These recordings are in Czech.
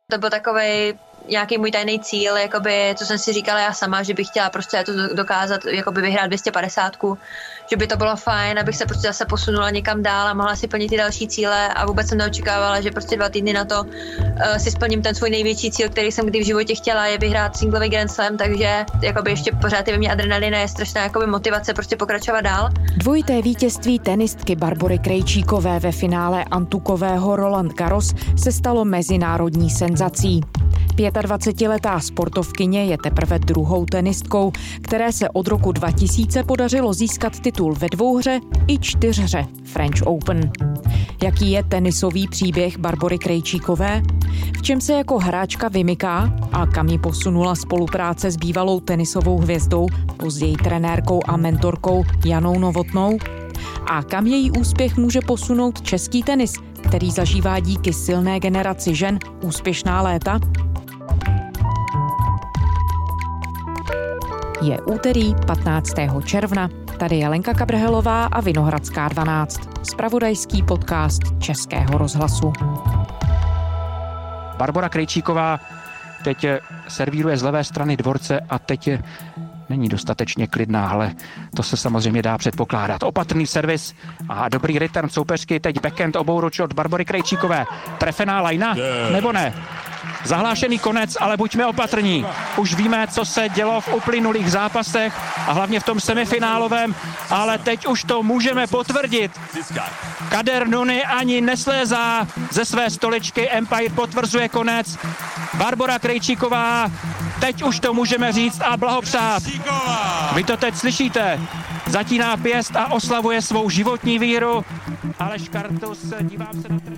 To byl takovej nějaký můj tajný cíl, jakoby, co jsem si říkala já sama, že bych chtěla prostě to dokázat, jakoby vyhrát 250, že by to bylo fajn, abych se prostě zase posunula někam dál a mohla si plnit ty další cíle a vůbec jsem neočekávala, že prostě 2 týdny na to si splním ten svůj největší cíl, který jsem kdy v životě chtěla, je vyhrát singlový Grand Slam, takže jakoby ještě pořád je ve mně adrenalina, je strašná jakoby motivace prostě pokračovat dál. Dvojité vítězství tenistky Barbory Krejčíkové ve finále antukového Roland Garros se stalo mezinárodní senzací. 25letá sportovkyně je teprve druhou tenistkou, které se od roku 2000 podařilo získat titul ve dvouhře i 4hře French Open. Jaký je tenisový příběh Barbory Krejčíkové? V čem se jako hráčka vymyká a kam ji posunula spolupráce s bývalou tenisovou hvězdou, později trenérkou a mentorkou Janou Novotnou? A kam její úspěch může posunout český tenis, který zažívá díky silné generaci žen úspěšná léta? Je úterý 15. června. Tady je Lenka Kabrhelová a Vinohradská 12. Zpravodajský podcast Českého rozhlasu. Barbora Krejčíková teď servíruje z levé strany dvorce a teď není dostatečně klidná, ale to se samozřejmě dá předpokládat. Opatrný servis a dobrý return soupeřky, teď backhand obouruč od Barbory Krejčíkové. Trefená lajna, nebo ne? Zahlášený konec, ale buďme opatrní. Už víme, co se dělo v uplynulých zápasech a hlavně v tom semifinálovém, ale teď už to můžeme potvrdit. Kader Nuny ani neslézá ze své stoličky, Empire potvrzuje konec. Barbora Krejčíková, teď už to můžeme říct a blahopřát. Vy to teď slyšíte. Zatíná pěst a oslavuje svou životní víru. Aleš Kartus, dívám se na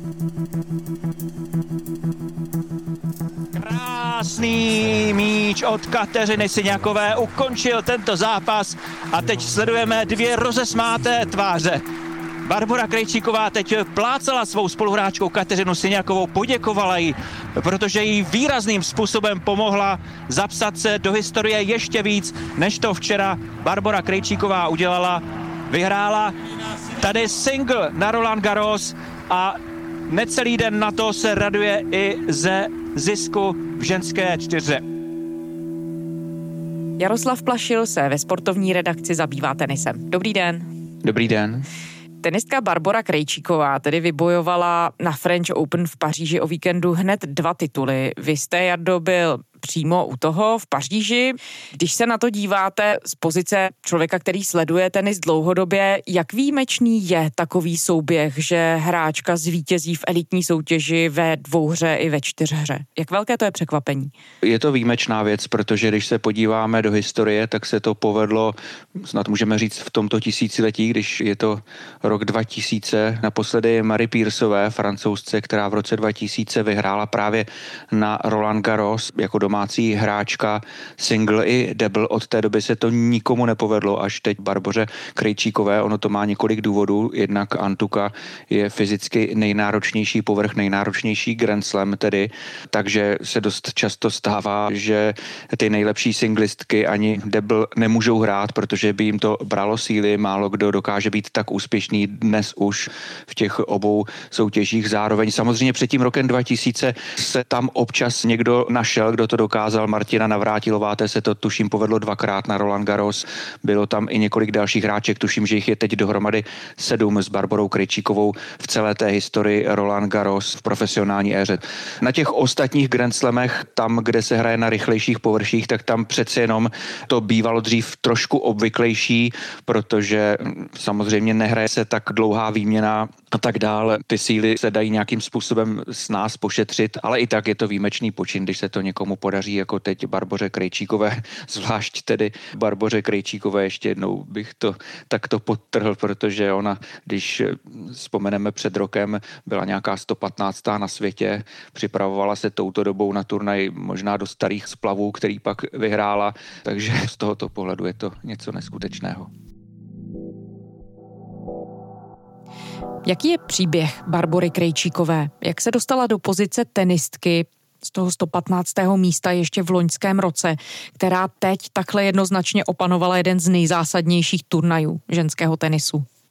krásný míč od Kateřiny Syňakové ukončil tento zápas a teď sledujeme 2 rozesmáté tváře. Barbora Krejčíková teď plácala svou spoluhráčkou Kateřinu Syňakovou, poděkovala jí, protože jí výrazným způsobem pomohla zapsat se do historie ještě víc, než to včera Barbora Krejčíková udělala. Vyhrála tady single na Roland Garros a necelý den na to se raduje i ze zisku v ženské 4hře. Jaroslav Plašil se ve sportovní redakci zabývá tenisem. Dobrý den. Dobrý den. Tenistka Barbora Krejčíková tedy vybojovala na French Open v Paříži o víkendu hned 2 tituly. Vy jste, Jardo, byl přímo u toho v Paříži. Když se na to díváte z pozice člověka, který sleduje tenis dlouhodobě, jak výjimečný je takový souběh, že hráčka zvítězí v elitní soutěži ve dvouhře i ve 4hře? Jak velké to je překvapení? Je to výjimečná věc, protože když se podíváme do historie, tak se to povedlo, snad můžeme říct v tomto tisíciletí, když je to rok 2000, naposledy Marie Pierceové, Francouzce, která v roce 2000 vyhrála právě na Roland Garros jako domácí hráčka, single i double. Od té doby se to nikomu nepovedlo, až teď Barboře Krejčíkové. Ono to má několik důvodů. Jednak antuka je fyzicky nejnáročnější povrch, nejnáročnější Grand Slam tedy, takže se dost často stává, že ty nejlepší singlistky ani double nemůžou hrát, protože by jim to bralo síly. Málo kdo dokáže být tak úspěšný dnes už v těch obou soutěžích zároveň. Samozřejmě před tím rokem 2000 se tam občas někdo našel, kdo to dokázal. Martina Navrátilová, té se to tuším povedlo 2krát na Roland Garros. Bylo tam i několik dalších hráček, tuším, že jich je teď dohromady 7 s Barborou Krejčíkovou v celé té historii Roland Garros v profesionální éře. Na těch ostatních Grand Slamech, tam, kde se hraje na rychlejších površích, tak tam přeci jenom to bývalo dřív trošku obvyklejší, protože samozřejmě nehraje se tak dlouhá výměna a tak dále. Ty síly se dají nějakým způsobem s nás pošetřit, ale i tak je to výjimečný počin, když se to někomu podaří, jako teď Barboře Krejčíkové, zvlášť tedy Barboře Krejčíkové, ještě jednou bych to takto podtrhl, protože ona, když vzpomeneme před rokem, byla nějaká 115. na světě, připravovala se touto dobou na turnaj možná do starých splavů, který pak vyhrála, takže z tohoto pohledu je to něco neskutečného. Jaký je příběh Barbory Krejčíkové? Jak se dostala do pozice tenistky z toho 115. místa ještě v loňském roce, která teď takhle jednoznačně opanovala jeden z nejzásadnějších turnajů ženského tenisu?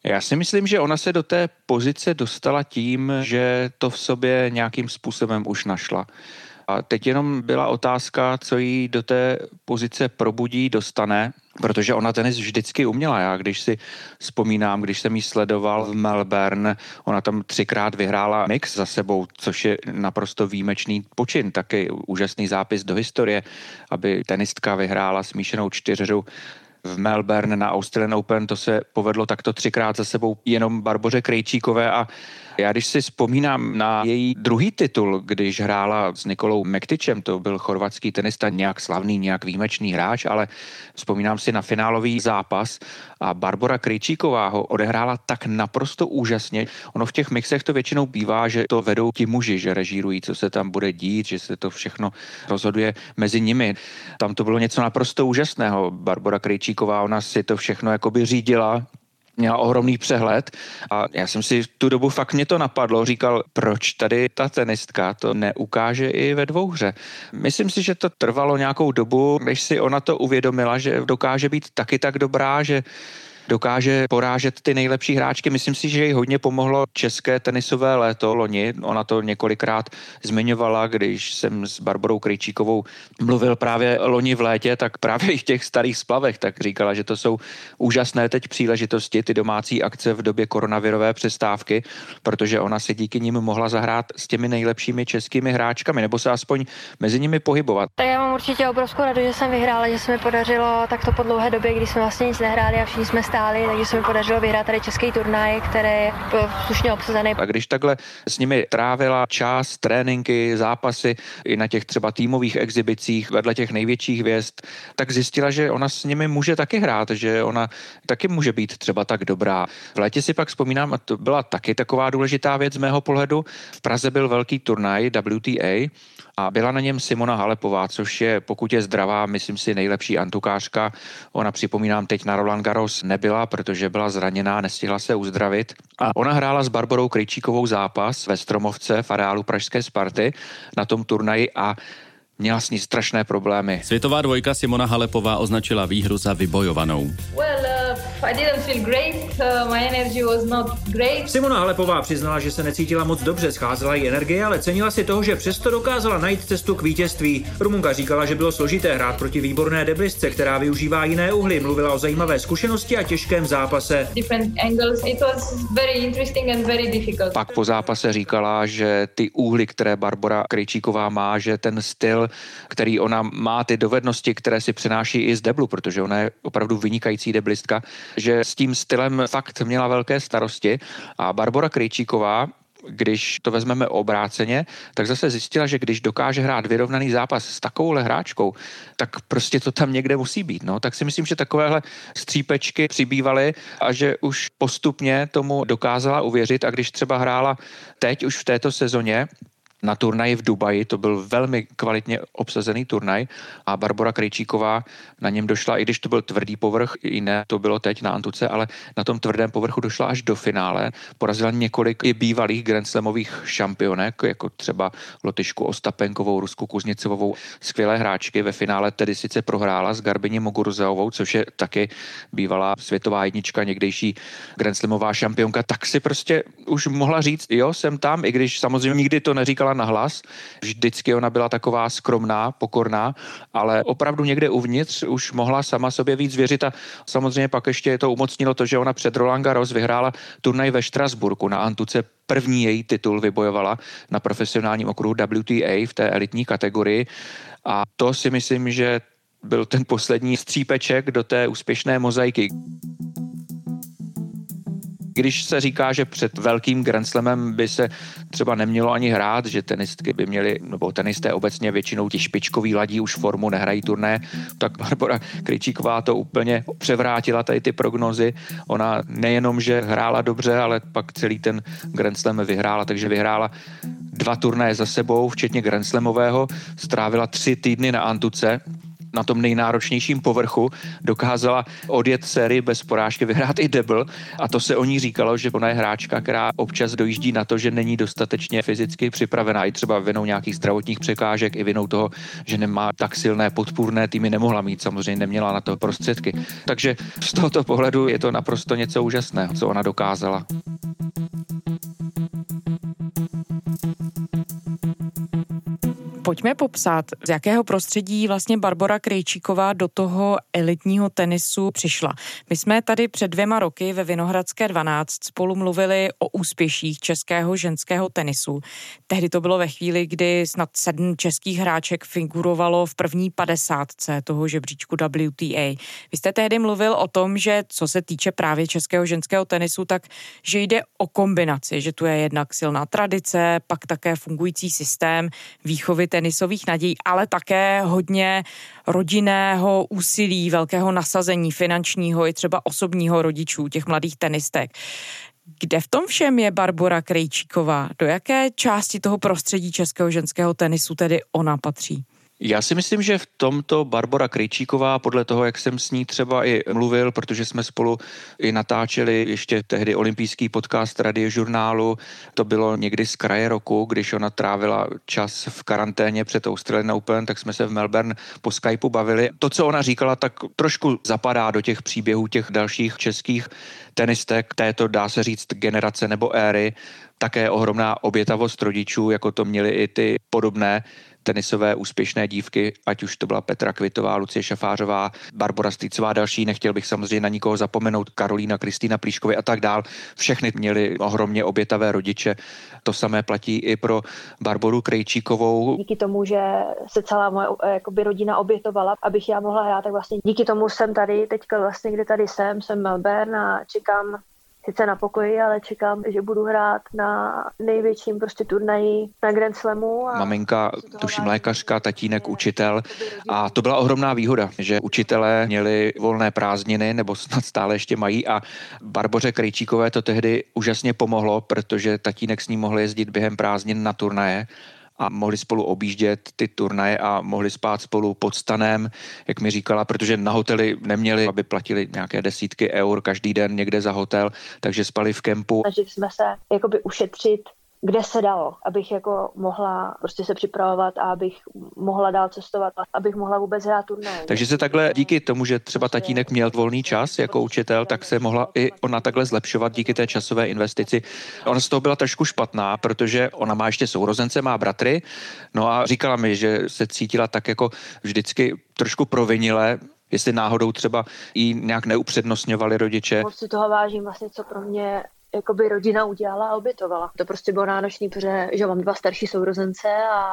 Já si myslím, že ona se do té pozice dostala tím, že to v sobě nějakým způsobem už našla. A teď jenom byla otázka, co jí do té pozice probudí, dostane, protože ona tenis vždycky uměla. Já když si vzpomínám, když jsem jí sledoval v Melbourne, ona tam 3krát vyhrála mix za sebou, což je naprosto výjimečný počin, taky úžasný zápis do historie, aby tenistka vyhrála smíšenou čtyřhru v Melbourne na Australian Open, to se povedlo takto 3krát za sebou jenom Barboře Krejčíkové a já když si vzpomínám na její druhý titul, když hrála s Nikolou Mektičem, to byl chorvatský tenista, nějak slavný, nějak výjimečný hráč, ale vzpomínám si na finálový zápas a Barbora Krejčíková ho odehrála tak naprosto úžasně. Ono v těch mixech to většinou bývá, že to vedou ti muži, že režírují, co se tam bude dít, že se to všechno rozhoduje mezi nimi. Tam to bylo něco naprosto úžasného. Barbora Krejčíková, ona si to všechno jakoby řídila, měla ohromný přehled a já jsem si tu dobu fakt mě to napadlo, říkal, proč tady ta tenistka to neukáže i ve dvouhře. Myslím si, že to trvalo nějakou dobu, než si ona to uvědomila, že dokáže být taky tak dobrá, že dokáže porážet ty nejlepší hráčky. Myslím si, že jí hodně pomohlo české tenisové léto loni. Ona to několikrát zmiňovala, když jsem s Barborou Krejčíkovou mluvil právě loni v létě, tak právě i v těch starých splavech, tak říkala, že to jsou úžasné teď příležitosti, ty domácí akce v době koronavirové přestávky, protože ona se díky nim mohla zahrát s těmi nejlepšími českými hráčkami, nebo se aspoň mezi nimi pohybovat. Tak já mám určitě obrovskou radost, že jsem vyhrála, že se mi podařilo takto po dlouhé době, kdy jsme vlastně nic nehráli a všichni jsme stáli, takže se mi podařilo vyhrát tady český turnaj, který byl slušně obsazený. A když takhle s nimi trávila čas, tréninky, zápasy i na těch třeba týmových exhibicích vedle těch největších hvězd, tak zjistila, že ona s nimi může taky hrát, že ona taky může být třeba tak dobrá. V létě si pak vzpomínám, a to byla taky taková důležitá věc z mého pohledu, v Praze byl velký turnaj WTA a byla na něm Simona Halepová, což je, pokud je zdravá, myslím si, nejlepší antukářka. Ona, připomínám, teď na Roland Garros nebyla, protože byla zraněná, nestihla se uzdravit. A ona hrála s Barborou Krejčíkovou zápas ve Stromovce v areálu pražské Sparty na tom turnaji a měla s ní strašné problémy. Světová dvojka Simona Halepová označila výhru za vybojovanou. I didn't feel great. My energy was not great. Simona Halepová přiznala, že se necítila moc dobře, scházela jí energie, ale cenila si toho, že přesto dokázala najít cestu k vítězství. Rumunka říkala, že bylo složité hrát proti výborné deblistce, která využívá jiné uhly. Mluvila o zajímavé zkušenosti a těžkém zápase. Different angles. It was very interesting and very difficult. Pak po zápase říkala, že ty úhly, které Barbora Krejčíková má, že ten styl, který ona má, ty dovednosti, které si přenáší i z deblu, protože ona je opravdu vynikající deblistka, že s tím stylem fakt měla velké starosti a Barbora Krejčíková, když to vezmeme obráceně, tak zase zjistila, že když dokáže hrát vyrovnaný zápas s takovouhle hráčkou, tak prostě to tam někde musí být. No. Tak si myslím, že takovéhle střípečky přibývaly a že už postupně tomu dokázala uvěřit a když třeba hrála teď už v této sezóně na turnaji v Dubaji, to byl velmi kvalitně obsazený turnaj a Barbora Krejčíková na něm došla, i když to byl tvrdý povrch, i ne, to bylo teď na antuce, ale na tom tvrdém povrchu došla až do finále, porazila několik i bývalých grandslamových šampionek, jako třeba Lotyšku Ostapenkovou, Rusku Kuzněcovou, skvělé hráčky, ve finále tedy sice prohrála s Garbiní Muguruzaovou, což je taky bývalá světová jednička, někdejší grandslamová šampionka, tak si prostě už mohla říct, jo, jsem tam, i když samozřejmě nikdy to neříkala nahlas. Vždycky ona byla taková skromná, pokorná, ale opravdu někde uvnitř už mohla sama sobě víc věřit a samozřejmě pak ještě to umocnilo to, že ona před Roland Garros vyhrála turnaj ve Štrasburku na antuce. První její titul vybojovala na profesionálním okruhu WTA v té elitní kategorii a to si myslím, že byl ten poslední střípeček do té úspěšné mozaiky. Když se říká, že před velkým Grand Slamem by se třeba nemělo ani hrát, že tenistky by měly, nebo tenisté obecně většinou ti špičkoví ladí už formu, nehrají turné, tak Barbora Krejčíková to úplně převrátila tady ty prognozy. Ona nejenom, že hrála dobře, ale pak celý ten Grand Slam vyhrála, takže vyhrála 2 turnaje za sebou, včetně Grand Slamového, strávila 3 týdny na antuce na tom nejnáročnějším povrchu dokázala odjet sérii bez porážky, vyhrát i double a to se o ní říkalo, že ona je hráčka, která občas dojíždí na to, že není dostatečně fyzicky připravená, i třeba vinou nějakých zdravotních překážek, i vinou toho, že nemá tak silné podpůrné týmy, nemohla mít, samozřejmě neměla na to prostředky. Takže z tohoto pohledu je to naprosto něco úžasného, co ona dokázala. Pojďme popsat, z jakého prostředí vlastně Barbora Krejčíková do toho elitního tenisu přišla. My jsme tady před 2 roky ve Vinohradské 12 spolu mluvili o úspěších českého ženského tenisu. Tehdy to bylo ve chvíli, kdy snad 7 českých hráček figurovalo v první 50 toho žebříčku WTA. Vy jste tehdy mluvil o tom, že co se týče právě českého ženského tenisu, tak že jde o kombinaci, že tu je jednak silná tradice, pak také fungující systém výchovy tenisových nadějí, ale také hodně rodinného úsilí, velkého nasazení finančního i třeba osobního rodičů těch mladých tenistek. Kde v tom všem je Barbora Krejčíková? Do jaké části toho prostředí českého ženského tenisu tedy ona patří? Já si myslím, že v tomto Barbora Krejčíková, podle toho, jak jsem s ní třeba i mluvil, protože jsme spolu i natáčeli ještě tehdy olympijský podcast Radiožurnálu, to bylo někdy z kraje roku, když ona trávila čas v karanténě před Australian Open, tak jsme se v Melbourne po Skypeu bavili. To, co ona říkala, tak trošku zapadá do těch příběhů těch dalších českých tenistek této, dá se říct, generace nebo éry. Také ohromná obětavost rodičů, jako to měly i ty podobné tenisové úspěšné dívky, ať už to byla Petra Kvitová, Lucie Šafářová, Barbora Strýcová, další, nechtěl bych samozřejmě na nikoho zapomenout, Karolína, Kristýna Plíšková a tak dál. Všechny měli ohromně obětavé rodiče. To samé platí i pro Barboru Krejčíkovou. Díky tomu, že se celá moje rodina obětovala, abych já mohla hrát, tak vlastně díky tomu jsem tady, teďka vlastně, kde tady jsem Melbourne a čekám sice na pokoji, ale čekám, že budu hrát na největším turnaji na Grand Slamu. Maminka, tuším lékařka, tatínek, učitel a to byla ohromná výhoda, že učitelé měli volné prázdniny, nebo snad stále ještě mají a Barboře Krejčíkové to tehdy úžasně pomohlo, protože tatínek s ní mohl jezdit během prázdnin na turnaje a mohli spolu objíždět ty turnaje a mohli spát spolu pod stanem, jak mi říkala, protože na hotely neměli, aby platili nějaké desítky eur každý den někde za hotel, takže spali v kempu. Snažili jsme se ušetřit, kde se dalo, abych mohla se připravovat a abych mohla dál cestovat, abych mohla vůbec hrát turnaj. Takže se takhle díky tomu, že třeba tatínek měl volný čas jako učitel, tak se mohla i ona takhle zlepšovat díky té časové investici. Ona z toho byla trošku špatná, protože ona má ještě sourozence, má bratry, no a říkala mi, že se cítila tak vždycky trošku provinile, jestli náhodou třeba jí nějak neupřednostňovali rodiče. Moc si toho vážím co pro mě rodina udělala a obětovala. To bylo náročný, protože že mám 2 starší sourozence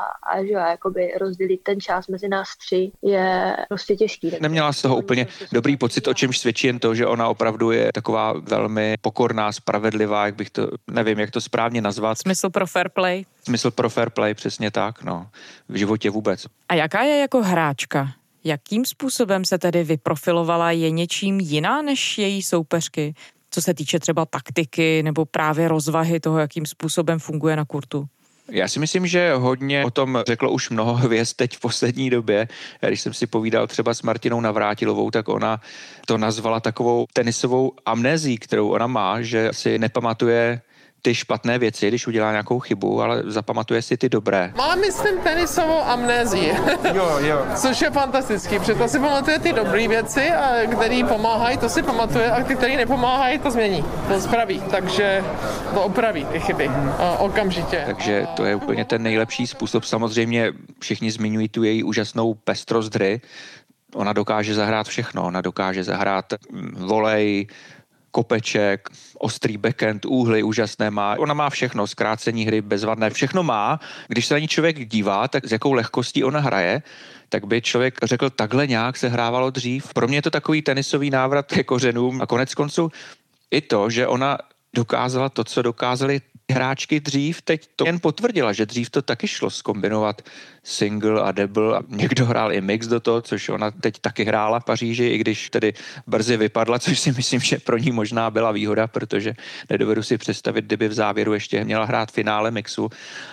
a že rozdělit ten čas mezi nás 3 je těžký. Neměla z toho úplně dobrý pocit, o čemž svědčí jen to, že ona opravdu je taková velmi pokorná, spravedlivá, nevím, jak to správně nazvat. Smysl pro fair play. Smysl pro fair play, přesně tak, no. V životě vůbec. A jaká je jako hráčka? Jakým způsobem se tedy vyprofilovala? Je něčím jiná než její soupeřky? Co se týče třeba taktiky nebo právě rozvahy toho, jakým způsobem funguje na kurtu? Já si myslím, že hodně o tom řeklo už mnoho hvězd teď v poslední době. Když jsem si povídal třeba s Martinou Navrátilovou, tak ona to nazvala takovou tenisovou amnézí, kterou ona má, že si nepamatuje ty špatné věci, když udělá nějakou chybu, ale zapamatuje si ty dobré. Má, myslím, tenisovou amnézii. Jo. Což je fantastický, protože to si pamatuje ty dobré věci, které pomáhají, to si pamatuje a ty, které nepomáhají, to změní, to spraví, takže to opraví ty chyby okamžitě. Takže to je úplně ten nejlepší způsob. Samozřejmě všichni zmiňují tu její úžasnou pestrost hry. Ona dokáže zahrát všechno, ona dokáže zahrát volej, kopeček, ostrý backhand, úhly úžasné má. Ona má všechno, zkrácení hry bezvadné, všechno má. Když se na ní člověk dívá, tak s jakou lehkostí ona hraje, tak by člověk řekl, takhle nějak se hrávalo dřív. Pro mě je to takový tenisový návrat ke kořenům a konec konců i to, že ona dokázala to, co dokázali hráčky dřív, teď to jen potvrdila, že dřív to taky šlo zkombinovat single a double a někdo hrál i mix do toho, což ona teď taky hrála v Paříži, i když tedy brzy vypadla, což si myslím, že pro ní možná byla výhoda, protože nedovedu si představit, kdyby v závěru ještě měla hrát finále mixu,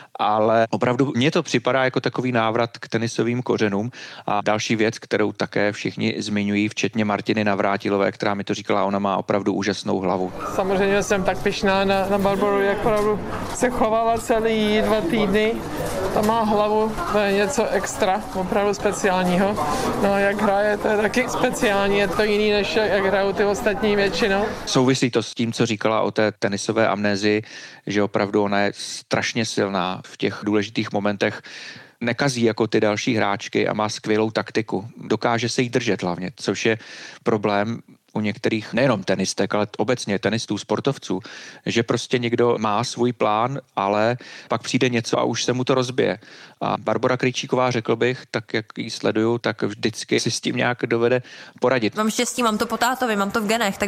ale opravdu mně to připadá jako takový návrat k tenisovým kořenům a další věc, kterou také všichni zmiňují, včetně Martiny Navrátilové, která mi to říkala, ona má opravdu úžasnou hlavu. Samozřejmě jsem tak pyšná na Barboru, jak opravdu se chovala celý 2 týdny. Ta má hlavu, to je něco extra, opravdu speciálního. No jak hraje, to je taky speciální, je to jiný, než jak hrajou ty ostatní většinou. Souvisí to s tím, co říkala o té tenisové amnézii, že opravdu ona je strašně silná v těch důležitých momentech, nekazí jako ty další hráčky a má skvělou taktiku. Dokáže se jí držet hlavně, což je problém u některých, nejenom tenistek, ale obecně tenistů, sportovců, že prostě někdo má svůj plán, ale pak přijde něco a už se mu to rozbije. A Barbora Krejčíková, řekl bych, tak jak ji sleduju, tak vždycky si s tím nějak dovede poradit. Mám štěstí, mám to po tátovi, mám to v genech,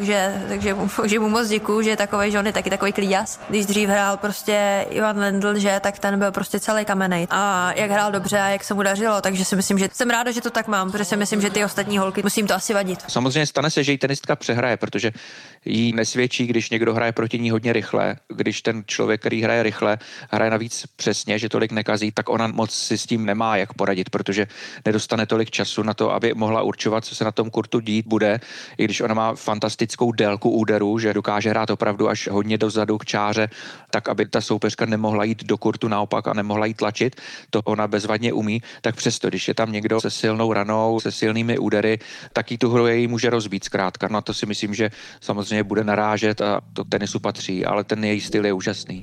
takže mu moc děkuju, že je takovej, že on je taky takový klíďas. Když dřív hrál prostě Ivan Lendl, že tak ten byl prostě celý kamenej. A jak hrál dobře a jak se mu dařilo, takže si myslím, že jsem ráda, že to tak mám, protože si myslím, že ty ostatní holky musím to asi vadit. Samozřejmě stane se, že jí tenistka přehraje, protože jí nesvědčí, když někdo hraje proti ní hodně rychle, když ten člověk, který hraje rychle, hraje navíc přesně, že tolik nekazí, tak ona moc si s tím nemá jak poradit, protože nedostane tolik času na to, aby mohla určovat, co se na tom kurtu dít bude, i když ona má fantastickou délku úderu, že dokáže hrát opravdu až hodně dozadu k čáře, tak aby ta soupeřka nemohla jít do kurtu naopak a nemohla jí tlačit, to ona bezvadně umí, tak přesto, když je tam někdo se silnou ranou, se silnými údery, tak jí tu hru její může rozbít zkrátka. Na to si myslím, že samozřejmě bude narážet a to k tenisu patří, ale ten její styl je úžasný.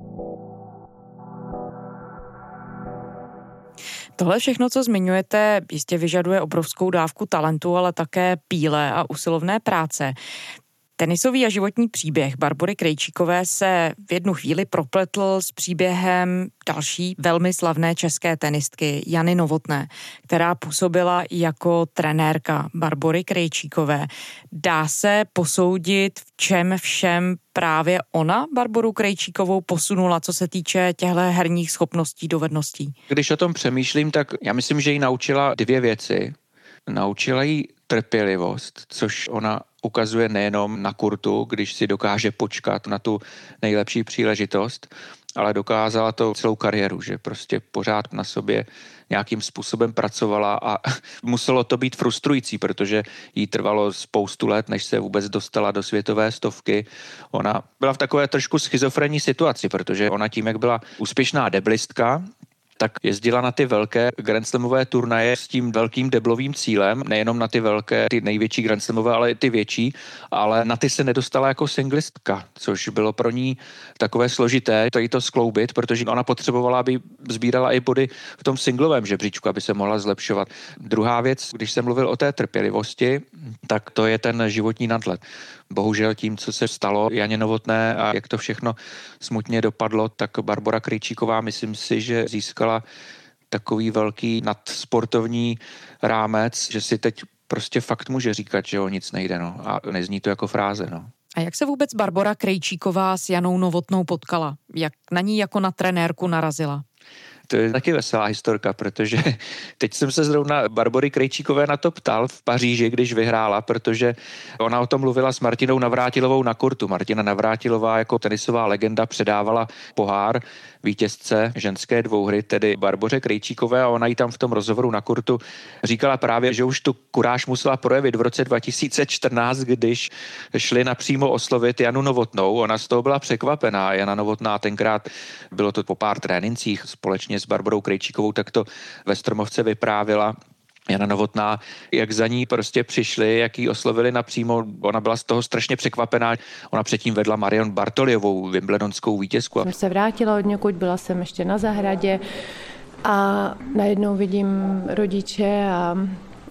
Tohle všechno, co zmiňujete, jistě vyžaduje obrovskou dávku talentu, ale také píle a usilovné práce. Tenisový a životní příběh Barbory Krejčíkové se v jednu chvíli propletl s příběhem další velmi slavné české tenistky Jany Novotné, která působila jako trenérka Barbory Krejčíkové. Dá se posoudit, v čem všem právě ona Barboru Krejčíkovou posunula, co se týče těchto herních schopností, dovedností? Když o tom přemýšlím, tak já myslím, že ji naučila 2 věci. Naučila jí trpělivost, což ona ukazuje nejenom na kurtu, když si dokáže počkat na tu nejlepší příležitost, ale dokázala to celou kariéru, že prostě pořád na sobě nějakým způsobem pracovala a muselo to být frustrující, protože jí trvalo spoustu let, než se vůbec dostala do světové stovky. Ona byla v takové trošku schizofrenní situaci, protože ona tím, jak byla úspěšná deblistka, tak jezdila na ty velké grandslamové turnaje s tím velkým deblovým cílem, nejenom na ty velké, ty největší grandslamové, ale i ty větší, ale na ty se nedostala jako singlistka, což bylo pro ní takové složité, to jí to skloubit, protože ona potřebovala, aby sbírala i body v tom singlovém žebříčku, aby se mohla zlepšovat. Druhá věc, když jsem mluvil o té trpělivosti, tak to je ten životní nadhled. Bohužel tím, co se stalo Janě Novotné a jak to všechno smutně dopadlo, tak Barbora Krejčíková, myslím si, že získala takový velký nadsportovní rámec, že si teď prostě fakt může říkat, že o nic nejde, no, a nezní to jako fráze, no. A jak se vůbec Barbora Krejčíková s Janou Novotnou potkala? Jak na ní jako na trenérku narazila? To je taky veselá historka, protože teď jsem se zrovna Barbory Krejčíkové na to ptal v Paříži, když vyhrála, protože ona o tom mluvila s Martinou Navrátilovou na kurtu. Martina Navrátilová jako tenisová legenda předávala pohár vítězce ženské dvouhry, tedy Barboře Krejčíkové, a ona jí tam v tom rozhovoru na kurtu říkala právě, že už tu kuráž musela projevit v roce 2014, když šli napřímo oslovit Janu Novotnou. Ona z toho byla překvapená. Jana Novotná tenkrát, bylo to po pár trénincích společně s Barborou Krejčíkovou, tak to ve Stromovce vyprávila. Jana Novotná, jak za ní prostě přišli, jak ji oslovili napřímo, ona byla z toho strašně překvapená. Ona předtím vedla Marion Bartoliovou, wimbledonskou vítězku. Jsem se vrátila od někud, byla jsem ještě na zahradě a najednou vidím rodiče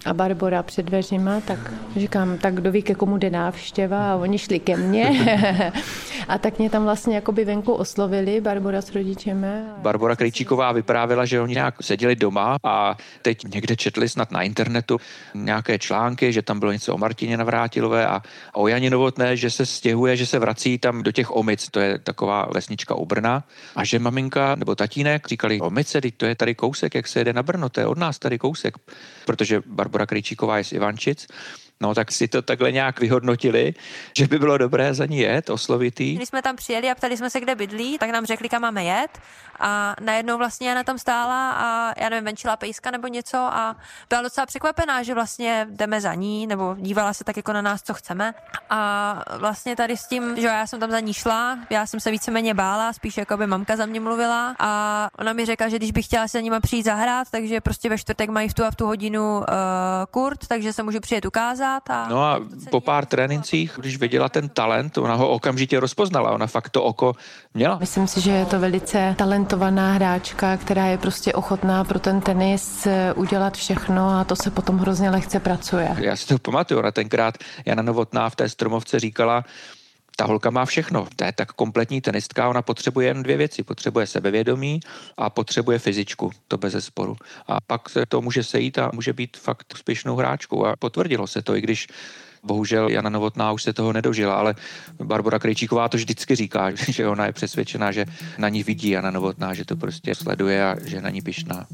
a Barbora před dveřima, tak říkám, tak kdo ví, ke komu jde návštěva, a oni šli ke mně a tak mě tam vlastně jakoby venku oslovili, Barbora s rodičemi. Barbora Krejčíková vyprávěla, že oni nějak seděli doma a teď někde četli snad na internetu nějaké články, že tam bylo něco o Martině Navrátilové a o Janě Novotné, že se stěhuje, že se vrací tam do těch Omic, to je taková vesnička u Brna, a že maminka nebo tatínek říkali, Omice, to je tady kousek, jak se jede na Brno, to je od nás tady kousek, protože Barbora Krejčíková je z Ivančic. No tak si to takhle nějak vyhodnotili, že by bylo dobré za ní jet, oslovit jí. Když jsme tam přijeli a ptali jsme se, kde bydlí, tak nám řekli, kam máme jet a najednou vlastně Jana tam stála a já nevím, venčila pejska nebo něco a byla docela překvapená, že vlastně jdeme za ní, nebo dívala se tak jako na nás, co chceme a vlastně tady s tím, že já jsem tam za ní šla, já jsem se víceméně bála, spíš jako by mamka za mě mluvila a ona mi řekla, že když bych chtěla se za nima přijít zahrát, takže prostě ve čtvrtek mají v tu hodinu kurt, takže se můžu přijet ukázat. No a po pár trénincích, když viděla ten talent, ona ho okamžitě rozpoznala, ona fakt to oko měla. Myslím si, že je to velice talentovaná hráčka, která je prostě ochotná pro ten tenis udělat všechno a to se potom hrozně lehce pracuje. Já si to pamatuju, ona tenkrát Jana Novotná v té Stromovce říkala, ta holka má všechno, to je tak kompletní tenistka, ona potřebuje jen 2 věci, potřebuje sebevědomí a potřebuje fyzičku, to bezesporu. A pak se to může sejít a může být fakt úspěšnou hráčkou a potvrdilo se to, i když bohužel Jana Novotná už se toho nedožila, ale Barbora Krejčíková to vždycky říká, že ona je přesvědčená, že na ní vidí Jana Novotná, že to prostě sleduje a že je na ní pyšná.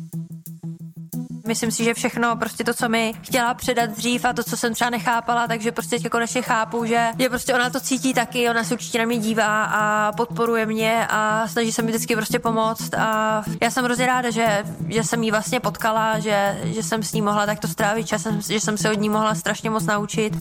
Myslím si, že všechno, prostě to, co mi chtěla předat dřív a to, co jsem třeba nechápala, takže prostě teď konečně chápu, že prostě ona to cítí taky, ona se určitě na mě dívá a podporuje mě a snaží se mi vždycky prostě pomoct a já jsem hrozně ráda, že jsem jí vlastně potkala, že jsem s ní mohla takto strávit čas, že jsem se od ní mohla strašně moc naučit.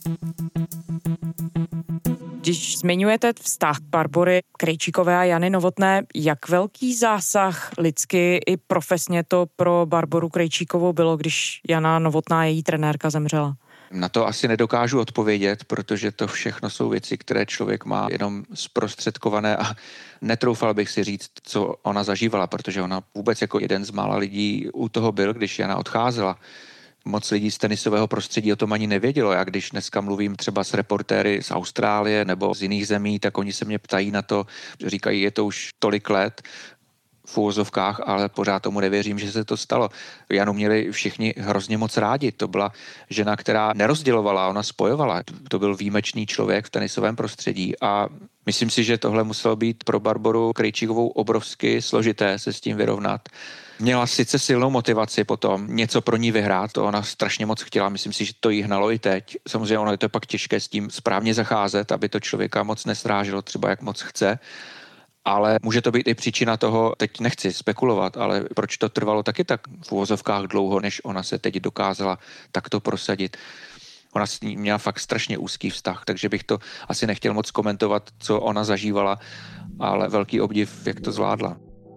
Když zmiňujete vztah Barbory Krejčíkové a Jany Novotné, jak velký zásah lidsky i profesně to pro Barboru Krejčíkovou bylo, když Jana Novotná, její trenérka, zemřela? Na to asi nedokážu odpovědět, protože to všechno jsou věci, které člověk má jenom zprostředkované a netroufal bych si říct, co ona zažívala, protože ona vůbec jako jeden z mála lidí u toho byl, když Jana odcházela. Moc lidí z tenisového prostředí o tom ani nevědělo. Já když dneska mluvím třeba s reportéry z Austrálie nebo z jiných zemí, tak oni se mě ptají na to, že říkají, je to už tolik let v úvozovkách, ale pořád tomu nevěřím, že se to stalo. Janu měli všichni hrozně moc rádi. To byla žena, která nerozdělovala, ona spojovala. To byl výjimečný člověk v tenisovém prostředí a myslím si, že tohle muselo být pro Barboru Krejčíkovou obrovsky složité se s tím vyrovnat. Měla sice silnou motivaci potom něco pro ní vyhrát, to ona strašně moc chtěla, myslím si, že to jí hnalo i teď. Samozřejmě ono je to pak těžké s tím správně zacházet, aby to člověka moc nesráželo, třeba jak moc chce, ale může to být i příčina toho, teď nechci spekulovat, ale proč to trvalo taky tak v uvozovkách dlouho, než ona se teď dokázala takto prosadit. Ona s ní měla fakt strašně úzký vztah, takže bych to asi nechtěl moc komentovat, co ona zažívala, ale velký obdiv, jak to zvládla.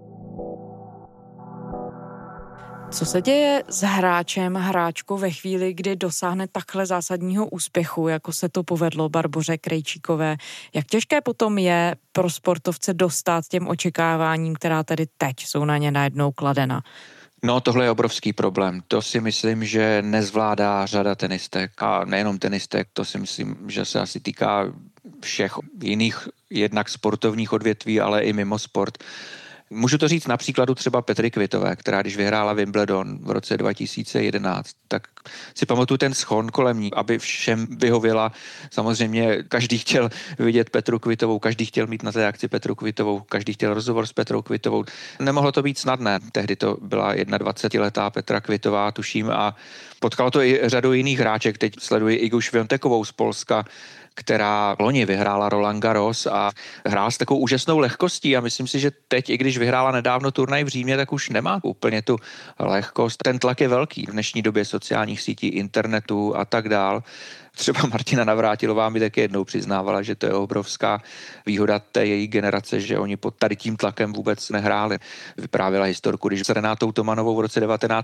Co se děje s hráčem, hráčkou ve chvíli, kdy dosáhne takhle zásadního úspěchu, jako se to povedlo Barboře Krejčíkové? Jak těžké potom je pro sportovce dostát těm očekáváním, která tedy teď jsou na ně najednou kladena? No, tohle je obrovský problém. To si myslím, že nezvládá řada tenistek a nejenom tenistek, to si myslím, že se asi týká všech jiných jednak sportovních odvětví, ale i mimo sport. Můžu to říct na příkladu třeba Petry Kvitové, která když vyhrála Wimbledon v roce 2011, tak si pamatuju ten schon kolem ní, aby všem vyhověla. Samozřejmě každý chtěl vidět Petru Kvitovou, každý chtěl mít na té akci Petru Kvitovou, každý chtěl rozhovor s Petrou Kvitovou. Nemohlo to být snadné. Tehdy to byla 21letá Petra Kvitová, tuším, a potkalo to i řadu jiných hráček. Teď sleduji Igu Świątekovou z Polska, která loni vyhrála Roland Garros a hrála s takovou úžasnou lehkostí a myslím si, že teď, i když vyhrála nedávno turnaj v Římě, tak už nemá úplně tu lehkost. Ten tlak je velký v dnešní době sociálních sítí, internetu a tak dál. Třeba Martina Navrátilová mi taky jednou přiznávala, že to je obrovská výhoda té její generace, že oni pod tady tím tlakem vůbec nehráli. Vyprávěla historku, když s Renátou Tomanovou v roce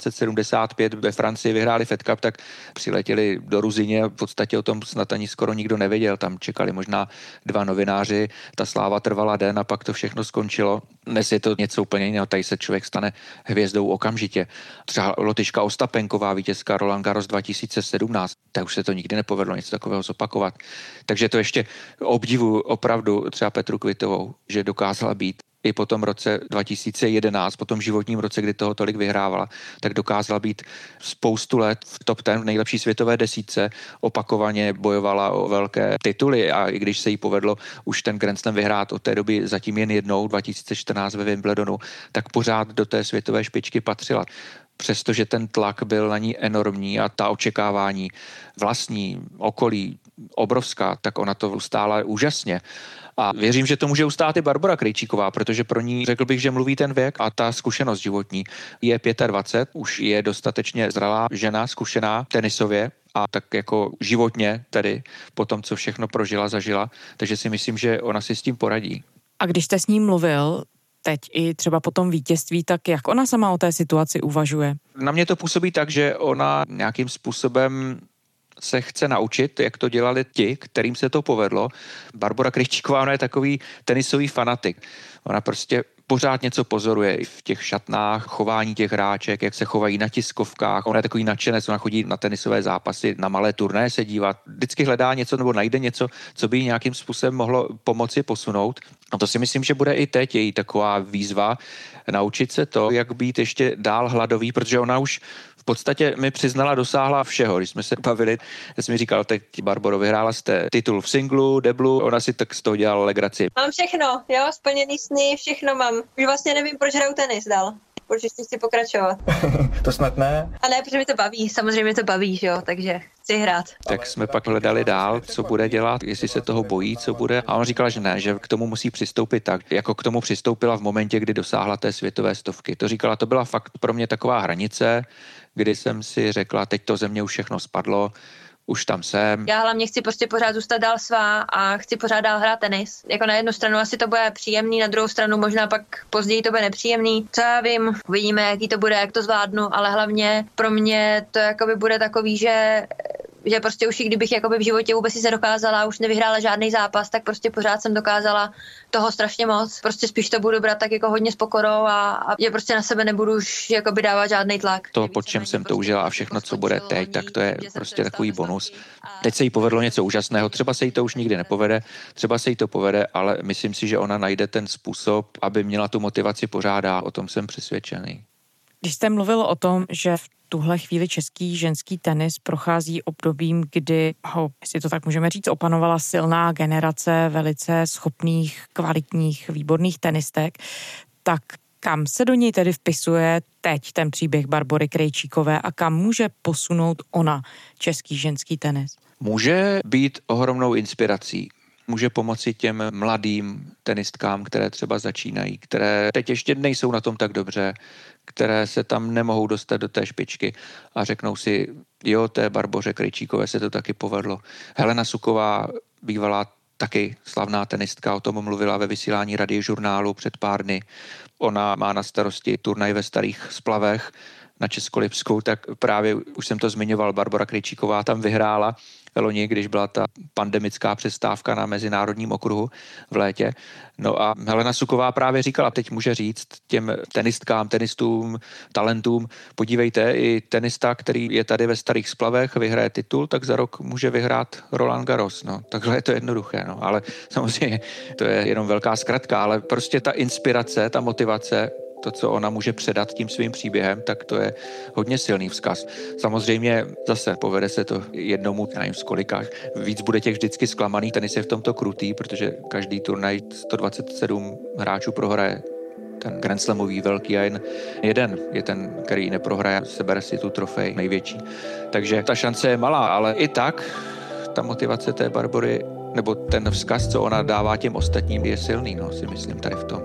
1975 ve Francii vyhráli Fed Cup, tak přiletěli do Ruzyně, v podstatě o tom snad ani skoro nikdo nevěděl, tam čekali možná 2 novináři, ta sláva trvala den a pak to všechno skončilo. Dnes je to něco úplně jiného, tady se člověk stane hvězdou okamžitě. Třeba Lotyška Ostapenková, vítězka Roland Garros 2017, tak už se to nikdy nepovedlo něco takového zopakovat. Takže to ještě obdivu opravdu třeba Petru Kvitovou, že dokázala být i po tom roce 2011, po tom životním roce, kdy toho tolik vyhrávala, tak dokázala být spoustu let v top 10, v nejlepší světové desítce, opakovaně bojovala o velké tituly a i když se jí povedlo už ten Grand Slam vyhrát od té doby zatím jen jednou, 2014 ve Wimbledonu, tak pořád do té světové špičky patřila. Přestože ten tlak byl na ní enormní a ta očekávání vlastní, okolí obrovská, tak ona to ustála úžasně. A věřím, že to může ustát i Barbora Krejčíková, protože pro ní řekl bych, že mluví ten věk a ta zkušenost životní. Je 25, už je dostatečně zralá žena, zkušená tenisově a tak jako životně tedy po tom, co všechno prožila, zažila. Takže si myslím, že ona si s tím poradí. A když jste s ní mluvil, teď i třeba po tom vítězství, tak jak ona sama o té situaci uvažuje? Na mě to působí tak, že ona nějakým způsobem se chce naučit, jak to dělali ti, kterým se to povedlo. Barbora Krejčíková, ona je takový tenisový fanatik. Ona prostě pořád něco pozoruje i v těch šatnách, chování těch hráček, jak se chovají na tiskovkách. Ona je takový nadšenec, ona chodí na tenisové zápasy, na malé turnaje se dívat. Vždycky hledá něco nebo najde něco, co by jí nějakým způsobem mohlo pomoci posunout. A to si myslím, že bude i teď její taková výzva naučit se to, jak být ještě dál hladový, protože ona už v podstatě mi přiznala, dosáhla všeho. Když jsme se bavili, já jsem mi říkal, teď Barboro, vyhrála jste titul v singlu, deblu, ona si tak z toho dělala legraci. Mám všechno, jo, splněný sny, všechno mám. Už vlastně nevím, proč hraju tenis dál. Proč chci pokračovat. To snad ne. A ne, protože mi to baví, samozřejmě to baví, že jo, takže chci hrát. Tak jsme pak hledali dál, co bude dělat, jestli se toho bojí, co bude. A on říkala, že ne, že k tomu musí přistoupit tak, jako k tomu přistoupila v momentě, kdy dosáhla té světové stovky. To říkala, to byla fakt pro mě taková hranice, kdy jsem si řekla, teď to ze mě už všechno spadlo, už tam jsem. Já hlavně chci prostě pořád zůstat dál svá a chci pořád dál hrát tenis. Jako na jednu stranu asi to bude příjemný, na druhou stranu možná pak později to bude nepříjemný. Co já vím, uvidíme, jaký to bude, jak to zvládnu, ale hlavně pro mě to jakoby bude takový, že prostě už i kdybych jakoby v životě vůbec si se dokázala, už nevyhrála žádný zápas, tak prostě pořád jsem dokázala toho strašně moc. Prostě spíš to budu brát tak jako hodně s pokorou a že prostě na sebe nebudu už jakoby dávat žádný tlak. To, pod čem jsem toužila a všechno, co bude teď, tak to je prostě takový bonus. Teď se jí povedlo něco úžasného, třeba se jí to už nikdy nepovede, třeba se jí to povede, ale myslím si, že ona najde ten způsob, aby měla tu motivaci pořád a o tom jsem přesvědčený. Když jste mluvil o tom, že v tuhle chvíli český ženský tenis prochází obdobím, kdy ho, jestli to tak můžeme říct, opanovala silná generace velice schopných, kvalitních, výborných tenistek, tak kam se do něj tedy vpisuje teď ten příběh Barbory Krejčíkové a kam může posunout ona, český ženský tenis? Může být ohromnou inspirací. Může pomoci těm mladým tenistkám, které třeba začínají, které teď ještě nejsou na tom tak dobře, které se tam nemohou dostat do té špičky a řeknou si, jo, té Barboře Krejčíkové se to taky povedlo. Helena Suková, bývalá taky slavná tenistka, o tom mluvila ve vysílání Radiožurnálu před pár dny. Ona má na starosti turnaj ve Starých Splavech na Českolipskou, tak právě už jsem to zmiňoval, Barbora Krejčíková tam vyhrála loni, když byla ta pandemická přestávka na mezinárodním okruhu v létě. No a Helena Suková právě říkala, teď může říct těm tenistkám, tenistům, talentům, podívejte, i tenista, který je tady ve Starých Splavech, vyhraje titul, tak za rok může vyhrát Roland Garros. No, takhle je to jednoduché, no, ale samozřejmě to je jenom velká zkratka, ale prostě ta inspirace, ta motivace, to, co ona může předat tím svým příběhem, tak to je hodně silný vzkaz. Samozřejmě zase povede se to jednomu, já nevím z kolika, víc bude těch vždycky zklamaný, tenis je v tomto krutý, protože každý turnaj 127 hráčů prohraje ten Grand Slamový velký a jen jeden je ten, který neprohraje, sebere si tu trofej největší. Takže ta šance je malá, ale i tak ta motivace té Barbory, nebo ten vzkaz, co ona dává těm ostatním, je silný, no, si myslím tady v tom.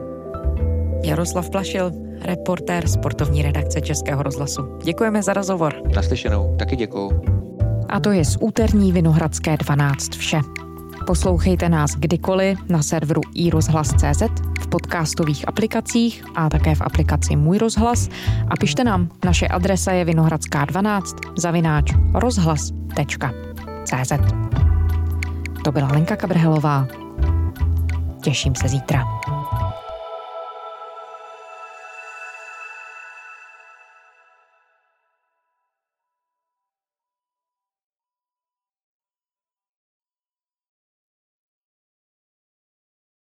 Jaroslav Plašil, reportér sportovní redakce Českého rozhlasu. Děkujeme za rozhovor. Naslyšenou, taky děkuju. A to je z úterní Vinohradské 12 vše. Poslouchejte nás kdykoliv na serveru iRozhlas.cz, v podcastových aplikacích a také v aplikaci Můj rozhlas a pište nám. Naše adresa je vinohradská12 @rozhlas.cz. To byla Lenka Kabrhelová. Těším se zítra.